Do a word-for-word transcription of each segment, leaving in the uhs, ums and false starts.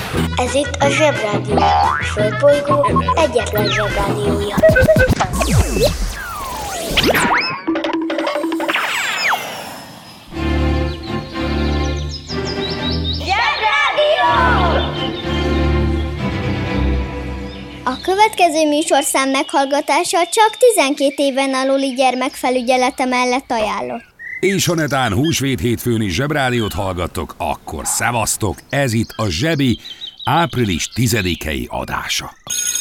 Ez itt a Zsebrádió, a Földbolygó egyetlen Zsebrádiója. Zsebrádió! A következő műsorszám meghallgatása csak tizenkét éven aluli gyermekfelügyelete mellett ajánlott. És ha netán húsvét hétfőn is Zsebrádiót hallgattok, akkor szevasztok, ez itt a Zsebi április tizedikei adása.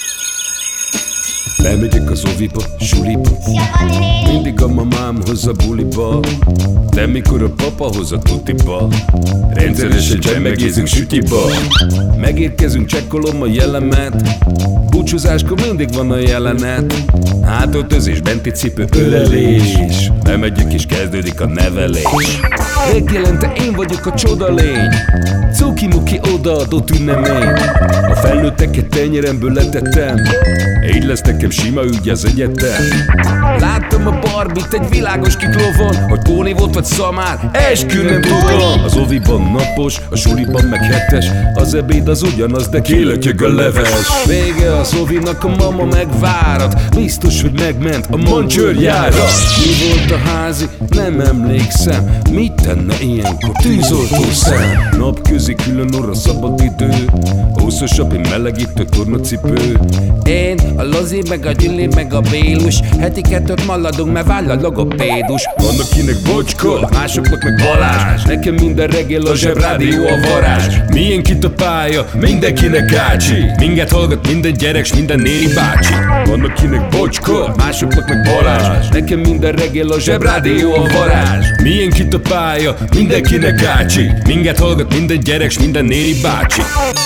Bemegyek az oviba, suliba, mindig a mamám hoz a buliba, de mikor a papa hoz a tutiba, rendszeresen csemmegézünk sütiba. Megérkezünk, csekkolom a jellemet, búcsúzáskor mindig van a jelenet, hátöltözés, benti cipő, ölelés, bemegyek és kezdődik a nevelés. Megjelente én vagyok a csoda lény, cuki-muki odaadott ünnemény, a felnőtteket tenyeremből letettem, így lesz nekem sima ügy az egyetem. Láttam a Barbit egy világos kiklovon, hogy Póni volt vagy szamár, eskü nem tudom. Az oviban napos, a suliban meg hetes, az ebéd az ugyanaz, de kilötyög a leves. Vége az ovinak, a mama megvárat, biztos, hogy megment a mancsőrjára. Mi volt a házi? Nem emlékszem, mit tenne ilyenkor tűzoltó szem? Napközi külön orra szabad idő, húszosabb, egy melegítő tornacipő. Én, a Lozi, meg a Gyüli, meg a Bélus, heti kettőt maladunk, mert váll a logopédus. Van akinek Bocska, másoknak meg Balázs, nekem minden reggel a Zsebrádió a varázs. Milyen kit a pálya, mindenkinek ácsi, minket hallgat minden gyerek, s minden néni bácsi. Van akinek Bocska, másoknak meg Balázs, nekem minden reggel a Zsebrádió a varázs. Milyen kit a pálya, mindenkinek ácsi, minket hallgat minden gyerek, s minden néni bácsi.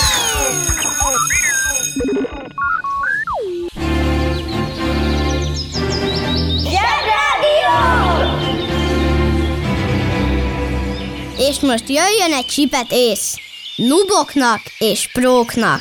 És most jöjjön egy csipet ész, nuboknak és próknak.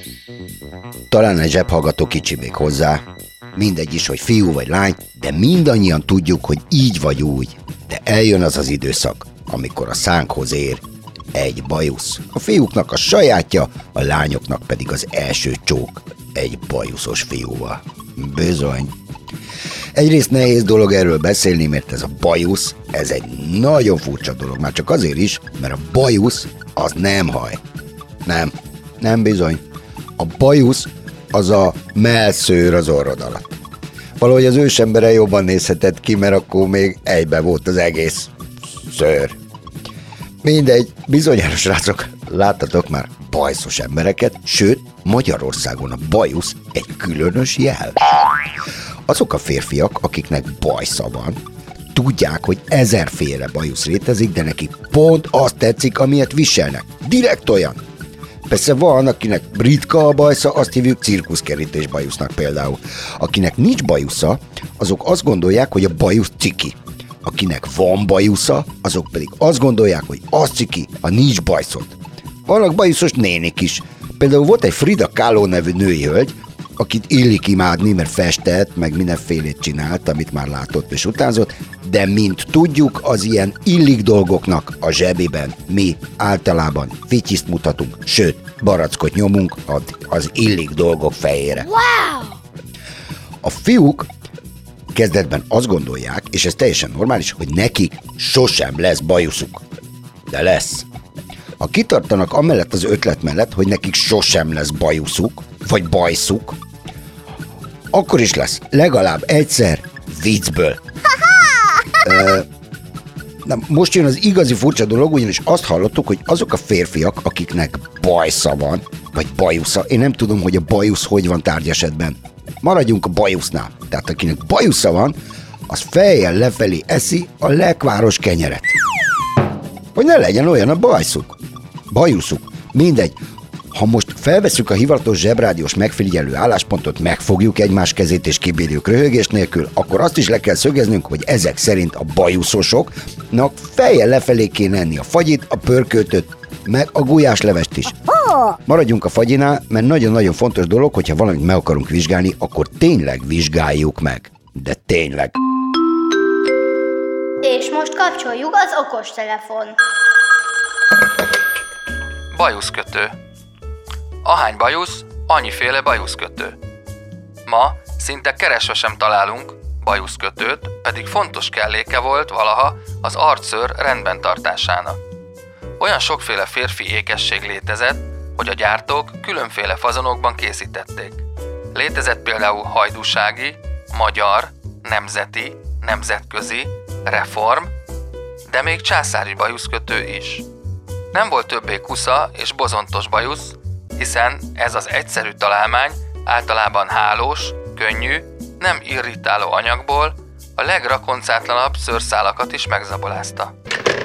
Talán egy zsebhallgató kicsi még hozzá, mindegy is, hogy fiú vagy lány, de mindannyian tudjuk, hogy így vagy úgy. De eljön az az időszak, amikor a szánkhoz ér egy bajusz. A fiúknak a sajátja, a lányoknak pedig az első csók egy bajuszos fiúval. Bizony. Egyrészt nehéz dolog erről beszélni, mert ez a bajusz, ez egy nagyon furcsa dolog, már csak azért is, mert a bajusz az nem haj. Nem, nem bizony. A bajusz az a mellszőr az orrod alatt. Valahogy az ősembere jobban nézhetett ki, mert akkor még egybe volt az egész szőr. Mindegy, bizonyára srácok, láttatok már bajszos embereket, sőt, Magyarországon a bajusz egy különös jel. Azok a férfiak, akiknek bajsza van, tudják, hogy ezerféle bajusz létezik, de nekik pont azt tetszik, amilyet viselnek. Direkt olyan. Persze van, akinek ritka a bajsza, azt hívjuk cirkuszkerítés bajusznak például. Akinek nincs bajusza, azok azt gondolják, hogy a bajusz ciki. Akinek van bajusza, azok pedig azt gondolják, hogy az ciki, a nincs bajszod. Vannak bajuszos nénik is. Például volt egy Frida Kahlo nevű női hölgy, akit illik imádni, mert festett, meg mindenfélét csinált, amit már látott és utázott, de mint tudjuk, az ilyen illik dolgoknak a zsebében mi általában fityiszt mutatunk, sőt, barackot nyomunk az illik dolgok fejére. Wow! A fiúk kezdetben azt gondolják, és ez teljesen normális, hogy nekik sosem lesz bajuszuk. De lesz. Ha kitartanak amellett az ötlet mellett, hogy nekik sosem lesz bajuszuk, vagy bajszuk, akkor is lesz. Legalább egyszer viccből. Ö, na, most jön az igazi furcsa dolog, ugyanis azt hallottuk, hogy azok a férfiak, akiknek bajsza van, vagy bajusza, én nem tudom, hogy a bajusz hogy van tárgyesetben. Maradjunk a bajusznál. Tehát akinek bajusza van, az fejjel lefelé eszi a lekváros kenyeret. Hogy ne legyen olyan a bajszuk. Bajuszuk. Mindegy. Ha most felveszünk a hivatalos zsebrádiós megfigyelő álláspontot, megfogjuk egymás kezét és kibírjuk röhögés nélkül, akkor azt is le kell szögeznünk, hogy ezek szerint a bajuszosoknak fejjel lefelé kéne enni a fagyit, a pörköltöt, meg a gulyáslevest is. Maradjunk a fagyinál, mert nagyon-nagyon fontos dolog, hogyha valamit meg akarunk vizsgálni, akkor tényleg vizsgáljuk meg. De tényleg. És most kapcsoljuk az okostelefon. Bajuszkötő. Ahány bajusz, annyiféle bajuszkötő. Ma szinte keresve sem találunk bajuszkötőt, pedig fontos kelléke volt valaha az arcszőr rendben tartásának. Olyan sokféle férfi ékesség létezett, hogy a gyártók különféle fazonokban készítették. Létezett például hajdúsági, magyar, nemzeti, nemzetközi, reform, de még császári bajuszkötő is. Nem volt többé kusza és bozontos bajusz, hiszen ez az egyszerű találmány általában hálós, könnyű, nem irritáló anyagból a legrakoncátlanabb szőrszálakat is megzabolázta.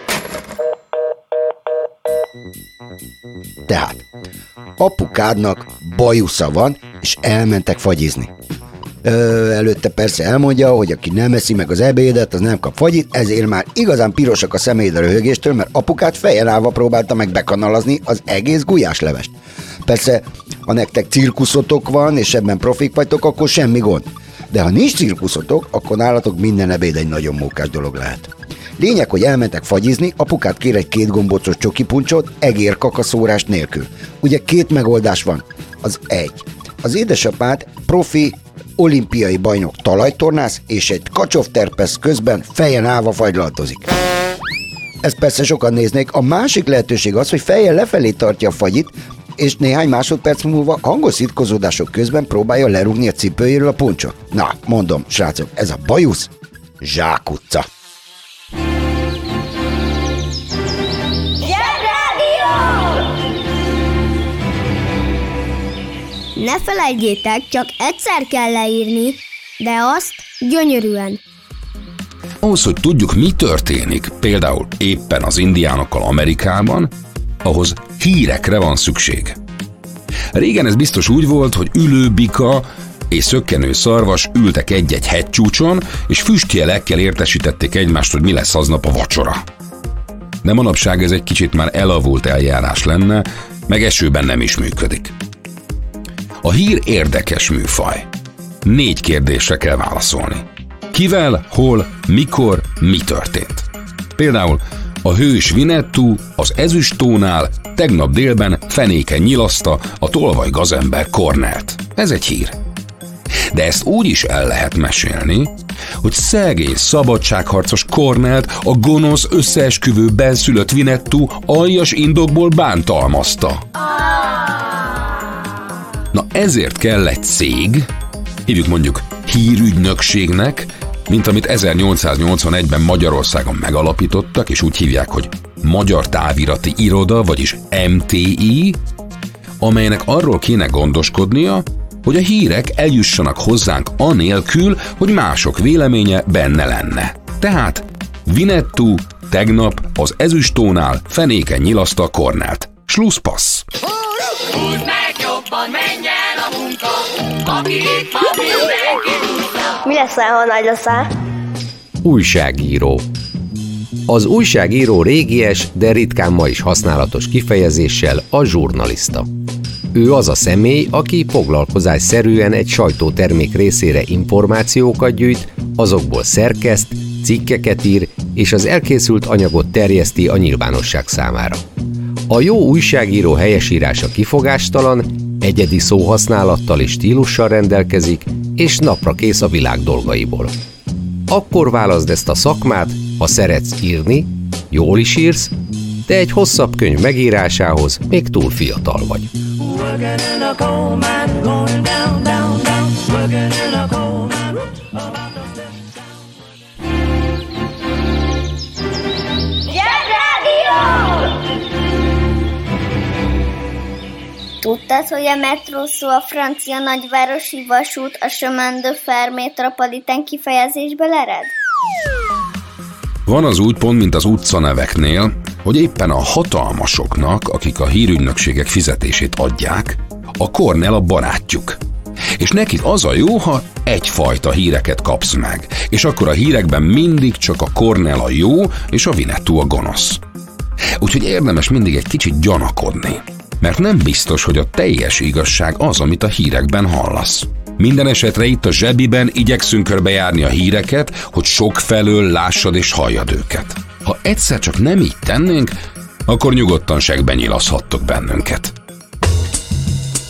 Tehát, apukádnak bajusza van, és elmentek fagyizni. Ö, előtte persze elmondja, hogy aki nem eszi meg az ebédet, az nem kap fagyit, ezért már igazán pirosak a személyed a röhögéstől, mert apukát fejen állva próbálta meg bekanalazni az egész gulyáslevest. Persze, ha nektek cirkuszotok van, és ebben profik vagytok, akkor semmi gond. De ha nincs cirkuszotok, akkor nálatok minden ebéd egy nagyon mókás dolog lehet. Lényeg, hogy elmentek fagyizni, apukát kér egy két gombócos csokipuncsot, egér kakaszórás nélkül. Ugye két megoldás van. Az egy. Az édesapád profi olimpiai bajnok talajtornász, és egy kacsovterpesz közben fejen állva fagylaltozik. Ezt persze sokan néznék. A másik lehetőség az, hogy fejjel lefelé tartja a fagyit, és néhány másodperc múlva hangos szitkozódások közben próbálja lerúgni a cipőjéről a puncsot. Na, mondom, srácok, ez a bajusz zsákutca. Ne felejtjétek, csak egyszer kell leírni, de azt gyönyörűen. Ahhoz, hogy tudjuk, mi történik, például éppen az indiánokkal Amerikában, ahhoz hírekre van szükség. Régen ez biztos úgy volt, hogy ülőbika és szökkenő szarvas ültek egy-egy hegycsúcson, és füstjelekkel értesítették egymást, hogy mi lesz aznap a vacsora. De manapság ez egy kicsit már elavult eljárás lenne, meg esőben nem is működik. A hír érdekes műfaj. Négy kérdésre kell válaszolni. Kivel, hol, mikor, mi történt? Például a hős Winnetou az ezüsttónál tegnap délben fenéken nyilaszta a tolvaj gazember Cornelt. Ez egy hír. De ezt úgy is el lehet mesélni, hogy szegény szabadságharcos Cornelt a gonosz összeesküvő benszülött Winnetou aljas indokból bántalmazta. Na ezért kell egy cég, hívjuk mondjuk hírügynökségnek, mint amit ezernyolcszáznyolcvanegyben Magyarországon megalapítottak, és úgy hívják, hogy Magyar Távirati Iroda, vagyis em té i, amelynek arról kéne gondoskodnia, hogy a hírek eljussanak hozzánk anélkül, hogy mások véleménye benne lenne. Tehát Winnetou tegnap az ezüsttónál fenéken nyilaszta a Cornelt. Schlusspassz! Húzd meg jobban, menj el a munka, aki itt van, mindenki húzza. Mi leszel, ha nagy leszel? Újságíró. Az újságíró régies, de ritkán ma is használatos kifejezéssel a zsurnalista. Ő az a személy, aki foglalkozásszerűen egy sajtótermék részére információkat gyűjt, azokból szerkeszt, cikkeket ír, és az elkészült anyagot terjeszti a nyilvánosság számára. A jó újságíró helyesírása kifogástalan, egyedi szóhasználattal és stílussal rendelkezik, és napra kész a világ dolgaiból. Akkor válaszd ezt a szakmát, ha szeretsz írni, jól is írsz, de egy hosszabb könyv megírásához még túl fiatal vagy. Tudtad, hogy a metró szó a francia nagyvárosi vasút a chemin de fer métropolitain kifejezésből ered? Van az úgy pont, mint az utcaneveknél, hogy éppen a hatalmasoknak, akik a hírügynökségek fizetését adják, a Cornell a barátjuk. És nekik az a jó, ha egyfajta híreket kapsz meg, és akkor a hírekben mindig csak a Cornell a jó, és a Winnetou a gonosz. Úgyhogy érdemes mindig egy kicsit gyanakodni, mert nem biztos, hogy a teljes igazság az, amit a hírekben hallasz. Minden esetre itt a zsebiben igyekszünk körbejárni a híreket, hogy sokfelől lássad és halljad őket. Ha egyszer csak nem így tennénk, akkor nyugodtan segben nyilaszhattok bennünket.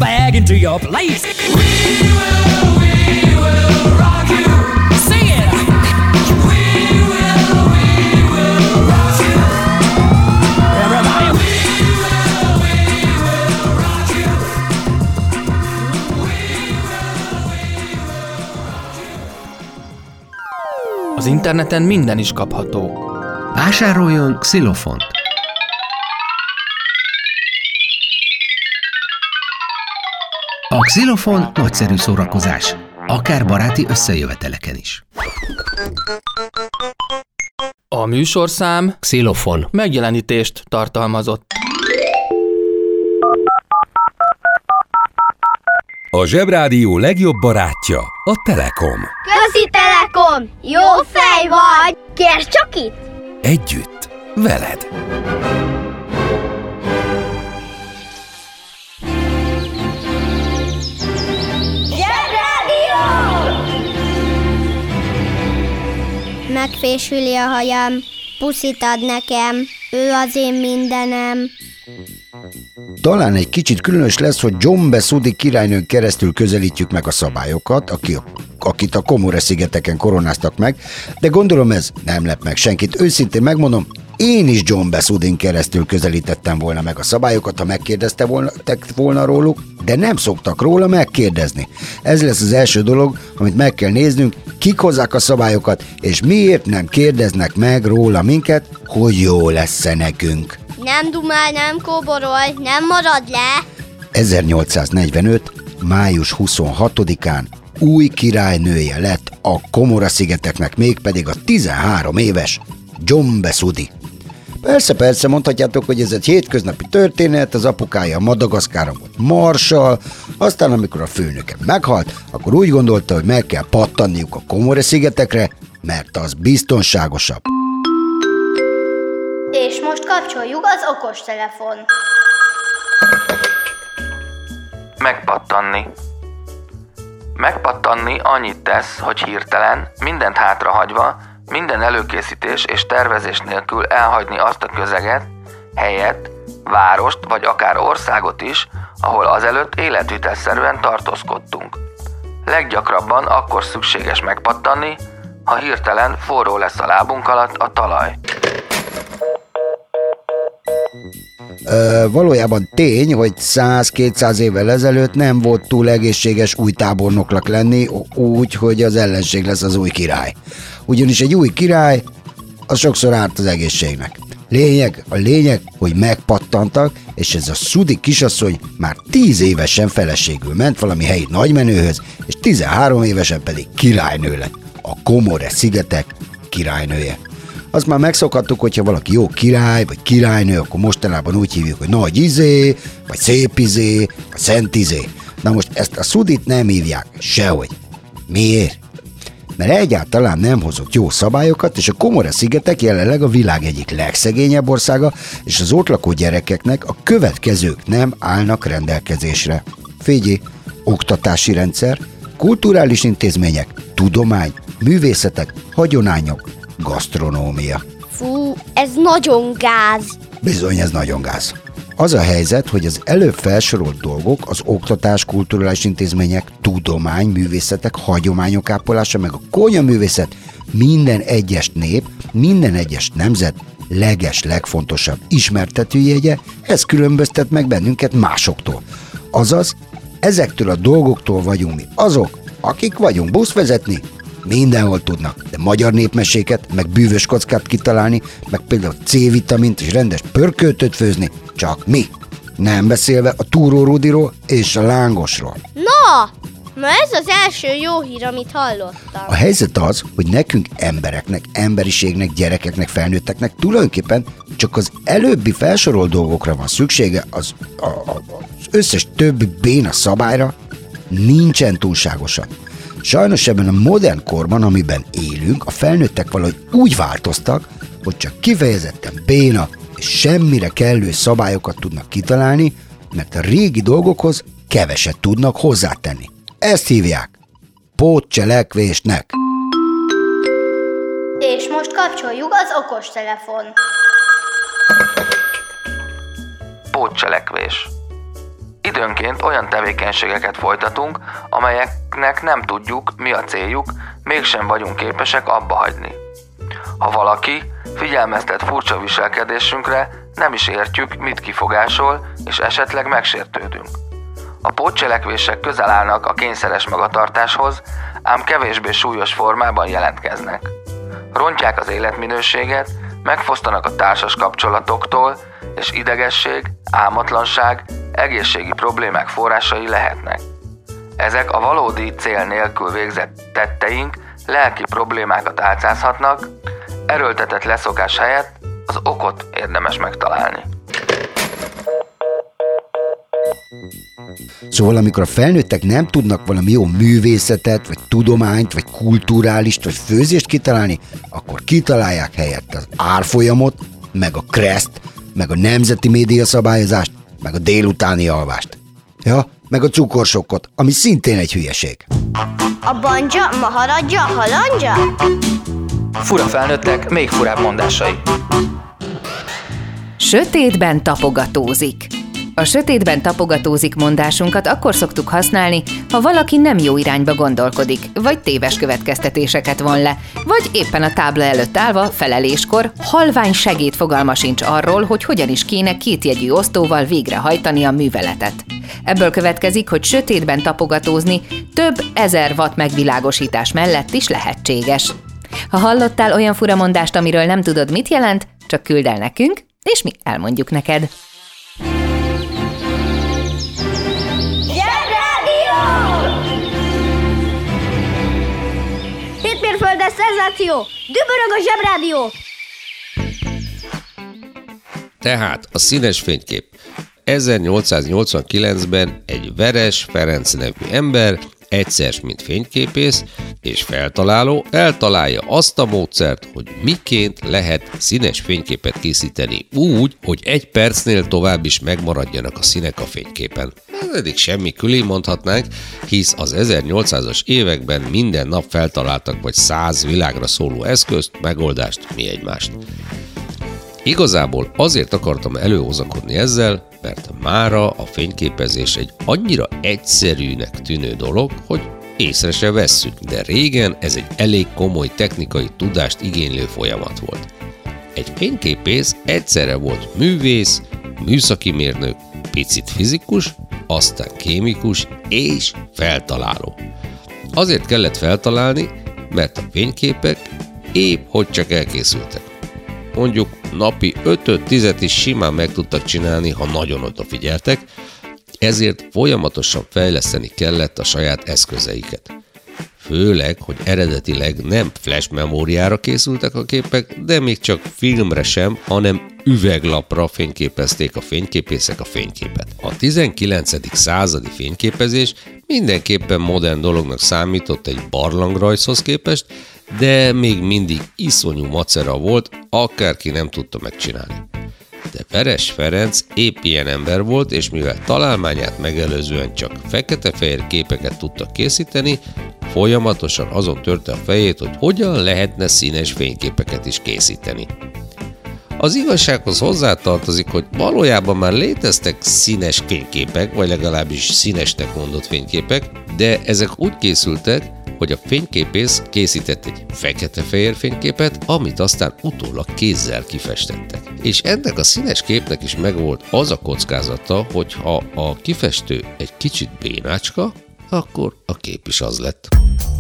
flag into your place. We will, we will rock you. Sing it. We will, we will rock you. Everybody. We will, we will rock you. We will, we will rock you. Az interneten minden is kapható. Vásároljon xilofont! A xilofon nagyszerű szórakozás, akár baráti összejöveteleken is. A műsorszám Xilofon. megjelenítést tartalmazott. A Zsebrádió legjobb barátja a Telekom. Közi Telekom! Jó fej vagy! Kérd csak itt! Együtt, veled. Zsebrádió! Megfésüli a hajam, puszit ad nekem, ő az én mindenem. Talán egy kicsit különös lesz, hogy Dzsombe Szudi királynőn keresztül közelítjük meg a szabályokat, aki, akit a Comore-szigeteken koronáztak meg, de gondolom ez nem lep meg senkit. Őszintén megmondom, én is Dzsombe Szudin keresztül közelítettem volna meg a szabályokat, ha megkérdezte volna, volna róluk, de nem szoktak róla megkérdezni. Ez lesz az első dolog, amit meg kell néznünk, kik hozzák a szabályokat, és miért nem kérdeznek meg róla minket, hogy jó lesz-e nekünk. Nem dumál, nem kóborolj, nem marad le! ezernyolcszáznegyvenöt. május huszonhatodikán új királynője lett a Comore-szigeteknek, mégpedig a tizenhárom éves Dzsombe Szudi. Persze, persze, mondhatjátok, hogy ez egy hétköznapi történet, az apukája Madagaszkáron volt marsal, aztán amikor a főnöke meghalt, akkor úgy gondolta, hogy meg kell pattanniuk a Comore-szigetekre, mert az biztonságosabb. És most kapcsoljuk az okostelefon. Megpattanni. Megpattanni annyit tesz, hogy hirtelen, mindent hátrahagyva, minden előkészítés és tervezés nélkül elhagyni azt a közeget, helyet, várost vagy akár országot is, ahol azelőtt életvitelszerűen tartózkodtunk. Leggyakrabban akkor szükséges megpattanni, ha hirtelen forró lesz a lábunk alatt a talaj. Ö, valójában tény, hogy száz-kétszáz évvel ezelőtt nem volt túl egészséges új tábornoknak lenni, úgy, hogy az ellenség lesz az új király. Ugyanis egy új király, az sokszor árt az egészségnek. Lényeg, a lényeg, hogy megpattantak, és ez a Szudi kisasszony már tíz évesen feleségül ment valami helyi nagymenőhöz, és tizenhárom évesen pedig királynő lett. A Comore-szigetek királynője. Azt már megszokhattuk, hogyha valaki jó király, vagy királynő, akkor mostanában úgy hívjuk, hogy nagy izé, vagy szép izé, vagy szent izé. Na most ezt a Szudit nem hívják sehogy. Miért? Mert egyáltalán nem hozott jó szabályokat, és a Comore-szigetek jelenleg a világ egyik legszegényebb országa, és az ott lakó gyerekeknek a következők nem állnak rendelkezésre. Figyelj, oktatási rendszer, kulturális intézmények, tudomány, művészetek, hagyományok, gasztronómia. Fú, ez nagyon gáz. Bizony, ez nagyon gáz. Az a helyzet, hogy az előbb felsorolt dolgok, az oktatás, kulturális intézmények, tudomány, művészetek, hagyományok ápolása, meg a konyhaművészet minden egyes nép, minden egyes nemzet leges, legfontosabb ismertetőjegye, ez különböztet meg bennünket másoktól. Azaz, ezektől a dolgoktól vagyunk mi azok, akik vagyunk buszvezetni, mindenhol tudnak, de magyar népmeséket, meg bűvös kockát kitalálni, meg például C-vitamint és rendes pörköltöt főzni, csak mi. Nem beszélve a Túró Rudiról és a lángosról. Na, ma ez az első jó hír, amit hallottam. A helyzet az, hogy nekünk embereknek, emberiségnek, gyerekeknek, felnőtteknek tulajdonképpen csak az előbbi felsorolt dolgokra van szüksége, az, a, a, az összes többi béna szabályra nincsen túlságosan. Sajnos ebben a modern korban, amiben élünk, a felnőttek valahogy úgy változtak, hogy csak kifejezetten béna és semmire kellő szabályokat tudnak kitalálni, mert a régi dolgokhoz keveset tudnak hozzátenni. Ezt hívják pótcselekvésnek. És most kapcsoljuk az okostelefon. Pótcselekvés. Időnként olyan tevékenységeket folytatunk, amelyeknek nem tudjuk, mi a céljuk, mégsem vagyunk képesek abba hagyni. Ha valaki figyelmeztet furcsa viselkedésünkre, nem is értjük, mit kifogásol, és esetleg megsértődünk. A pótcselekvések közel állnak a kényszeres magatartáshoz, ám kevésbé súlyos formában jelentkeznek. Rontják az életminőséget, megfosztanak a társas kapcsolatoktól, és idegesség, álmatlanság, egészségi problémák forrásai lehetnek. Ezek a valódi cél nélkül végzett tetteink lelki problémákat álcázhatnak, erőltetett leszokás helyett az okot érdemes megtalálni. Szóval amikor a felnőttek nem tudnak valami jó művészetet, vagy tudományt, vagy kulturálist, vagy főzést kitalálni, akkor kitalálják helyett az árfolyamot, meg a kreszt, meg a nemzeti média szabályozást, meg a délutáni alvást. Ja, meg a cukorsokkot, ami szintén egy hülyeség. A banja, maharadja, halandja? Fura felnőttek, még furább mondásai. Sötétben tapogatózik. A sötétben tapogatózik mondásunkat akkor szoktuk használni, ha valaki nem jó irányba gondolkodik, vagy téves következtetéseket von le, vagy éppen a tábla előtt állva, feleléskor halvány segéd fogalma sincs arról, hogy hogyan is kéne kétjegyű osztóval végrehajtani a műveletet. Ebből következik, hogy sötétben tapogatózni több ezer watt megvilágosítás mellett is lehetséges. Ha hallottál olyan furamondást, amiről nem tudod, mit jelent, csak küld el nekünk, és mi elmondjuk neked. Hétmérföldes szenzáció! Dübörög a Zsebrádió! Tehát a színes fénykép. ezernyolcszáznyolcvankilencben egy Veres Ferenc nevű ember, egyszer mint fényképész és feltaláló eltalálja azt a módszert, hogy miként lehet színes fényképet készíteni úgy, hogy egy percnél tovább is megmaradjanak a színek a fényképen. Ez eddig semmi külön mondhatnánk, hisz az ezernyolcszázas években minden nap feltaláltak vagy száz világra szóló eszközt, megoldást, mi egymást. Igazából azért akartam előhozakodni ezzel, mert mára a fényképezés egy annyira egyszerűnek tűnő dolog, hogy észre se vesszük, de régen ez egy elég komoly technikai tudást igénylő folyamat volt. Egy fényképész egyszerre volt művész, műszaki mérnök, picit fizikus, aztán kémikus és feltaláló. Azért kellett feltalálni, mert a fényképek épp hogy csak elkészültek. Mondjuk napi ötöt-tizet is simán meg tudtak csinálni, ha nagyon odafigyeltek, ezért folyamatosan fejleszteni kellett a saját eszközeiket. Főleg, hogy eredetileg nem flash memóriára készültek a képek, de még csak filmre sem, hanem üveglapra fényképezték a fényképészek a fényképet. A tizenkilencedik századi fényképezés mindenképpen modern dolognak számított egy barlangrajzhoz képest, de még mindig iszonyú macera volt, akárki nem tudta megcsinálni. De Veres Ferenc épp ilyen ember volt, és mivel találmányát megelőzően csak fekete-fehér képeket tudtak készíteni, folyamatosan azon törte a fejét, hogy hogyan lehetne színes fényképeket is készíteni. Az igazsághoz hozzátartozik, hogy valójában már léteztek színes fényképek, vagy legalábbis színesnek mondott fényképek, de ezek úgy készültek, hogy a fényképész készített egy fekete-fehér fényképet, amit aztán utólag kézzel kifestettek. És ennek a színes képnek is megvolt az a kockázata, hogy ha a kifestő egy kicsit bénácska, akkor a kép is az lett.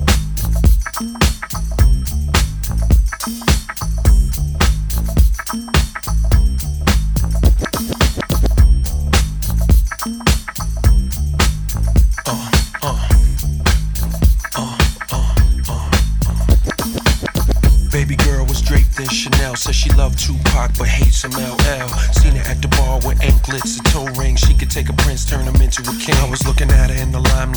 Baby girl was draped in Chanel, says she loved Tupac but hates M L L. Seen her at the bar with anklets and toe rings. She could take a prince, turn him into a king. I was looking at her in the limelight, pearl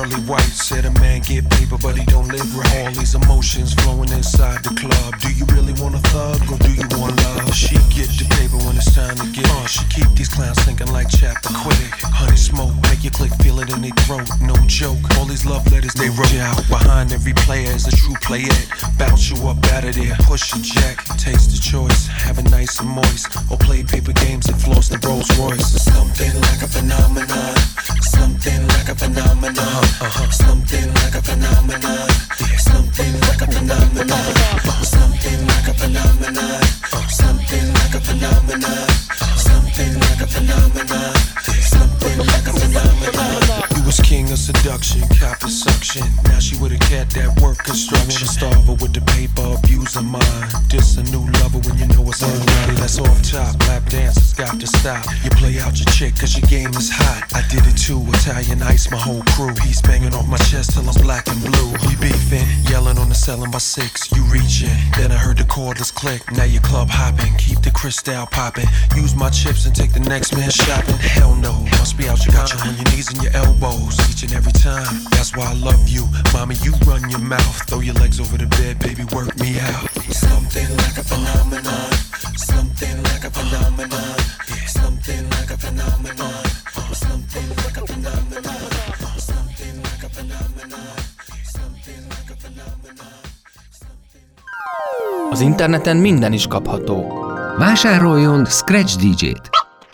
pearly white. Said a man get paper, but he don't live right. All these emotions flowing inside the club. Do you really want a thug or do you want love? She get the paper when it's time to get it. She keep these clowns thinking like chapter quick. Honey smoke, make you click, feel it in their throat. No joke, all these love letters they wrote you out. Behind every player is a true player. Bounce you up out of there, push your jack. Taste the choice, have it nice and moist. Or play paper games and floss the Rolls Royce. Something like a phenomenon. Something like a phenomenon. Uh-huh. Something like a phenomenon. Something like a phenomenon. Something like a phenomenon. Something like a phenomenon. Something like a phenomenon. Something like a phenomenon. You was king of seduction, cop of suction. Now she with a cat that work construction. Starve her with the paper, abuse her mind. Just a new lover when you know it's online. That's off top, lap dancers got to stop. You play out your chick cause your game is hot. I did it too, Italian ice, my whole crew. He's banging off my chest till I'm black and blue. We beefing, yelling on the ceiling by six. You reaching, then I heard the cordless click. Now you club hopping, keep the crystal popping. Use my chips and take the next man shopping. Hell no, must be out your got you on your knees and your elbows each and every time. That's why I love you, mommy. You run your mouth, throw your legs over the bed, baby. Work me out. Something like a phenomenon. Something like a phenomenon. Something like a phenomenon. Something like a phenomenon. Something like a phenomenon. Something like a phenomenon. Az interneten minden is kapható. Vásároljon Scratch dé jét!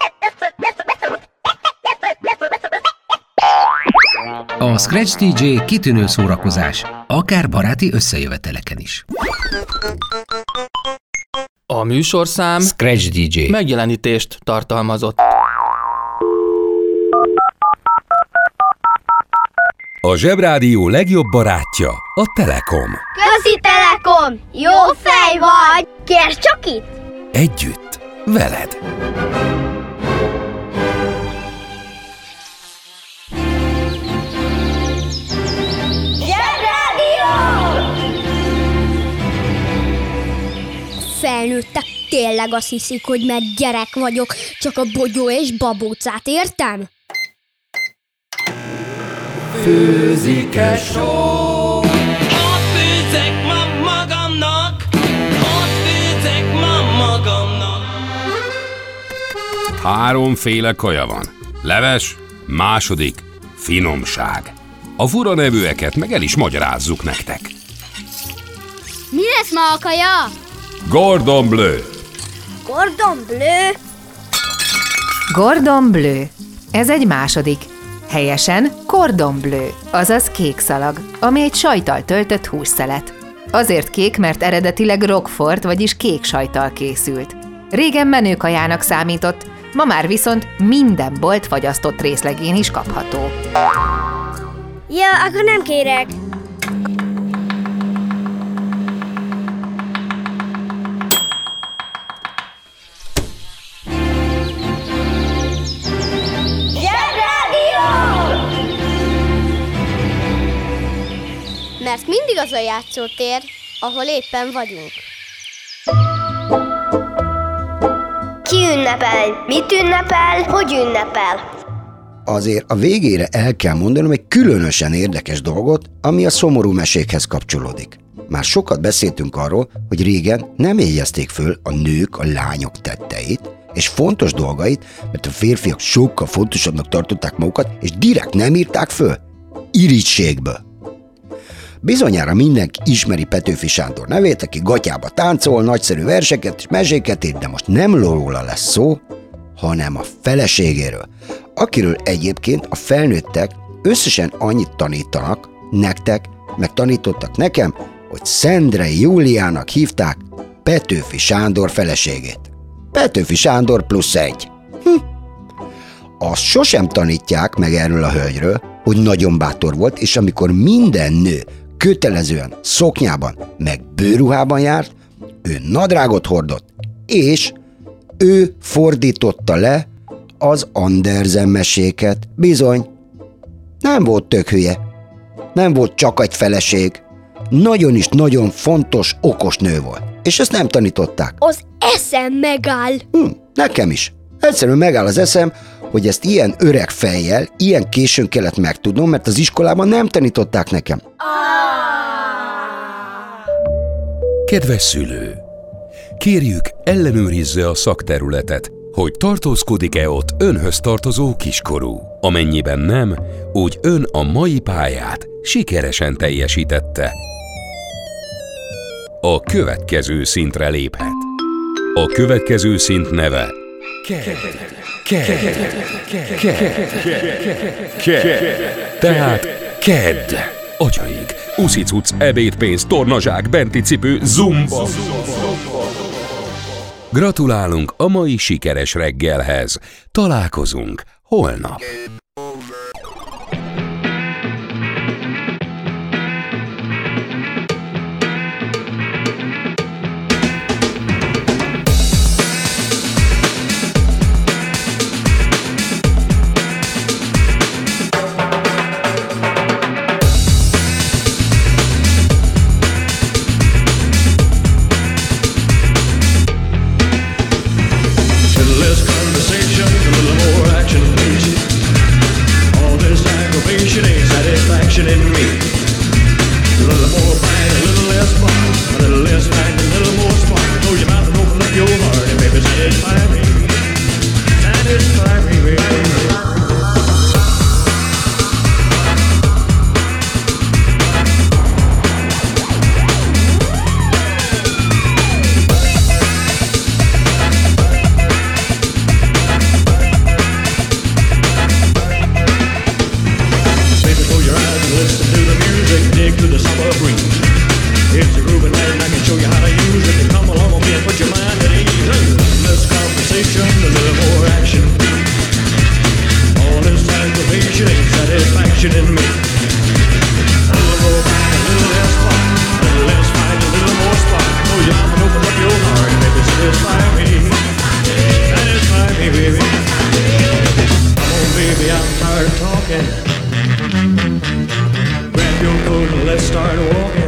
A Scratch dé jé kitűnő szórakozás, akár baráti összejöveteleken is. A műsorszám Scratch dé jé megjelenítést tartalmazott. A Zsebrádió legjobb barátja a Telekom. Közi Telekom! Jó fej vagy! Kérd csak itt! Együtt, veled. Felnőttek tényleg azt hiszik, hogy mert gyerek vagyok, csak a bogyó és babócát értem? Főzik-e só? Ott főzek ma magamnak, ott főzek ma magamnak. Háromféle kaja van. Leves, második, finomság. A fura nevűeket meg el is magyarázzuk nektek. Mi lesz ma a kaja? Gordon Bleu. Gordon Bleu? Gordon Bleu. Ez egy második. Helyesen cordon bleu, azaz kék szalag, ami egy sajttal töltött hússzelet. Azért kék, mert eredetileg roquefort, vagyis kék sajttal készült. Régen menőkajának számított, ma már viszont minden bolt fagyasztott részlegén is kapható. Ja, akkor nem kérek. Mert mindig az a játszótér, ahol éppen vagyunk. Ki ünnepel? Mit ünnepel? Hogy ünnepel? Azért a végére el kell mondanom egy különösen érdekes dolgot, ami a szomorú mesékhez kapcsolódik. Már sokat beszéltünk arról, hogy régen nem éljezték föl a nők a lányok tetteit, és fontos dolgait, mert a férfiak sokkal fontosabbnak tartották magukat, és direkt nem írták föl. Irigységből. Bizonyára mindenki ismeri Petőfi Sándor nevét, aki gatyába táncol, nagyszerű verseket és meséket ír, de most nem róla lesz szó, hanem a feleségéről, akiről egyébként a felnőttek összesen annyit tanítanak nektek, meg tanítottak nekem, hogy Szendrei Júliának hívták Petőfi Sándor feleségét. Petőfi Sándor plusz egy. Hm. Azt sosem tanítják meg erről a hölgyről, hogy nagyon bátor volt, és amikor minden nő kötelezően szoknyában, meg bőruhában járt, ő nadrágot hordott, és ő fordította le az Andersen meséket. Bizony, nem volt tök hülye, nem volt csak egy feleség, nagyon is nagyon fontos, okos nő volt, és ezt nem tanították. Az eszem megáll. Hm, nekem is. Egyszerűen megáll az eszem, hogy ezt ilyen öreg fejjel, ilyen későn kellett megtudnom, mert az iskolában nem tanították nekem. Kedves szülő! Kérjük, ellenőrizze a szakterületet, hogy tartózkodik-e ott önhöz tartozó kiskorú. Amennyiben nem, úgy ön a mai pályát sikeresen teljesítette. A következő szintre léphet. A következő szint neve Ked. Ked. Ked. Ked. Tehát Ked. Atyaik, uszicuc, ebédpénz, tornazsák, benti cipő, zumba. Gratulálunk a mai sikeres reggelhez. Találkozunk holnap. Grab your coat and let's start walking.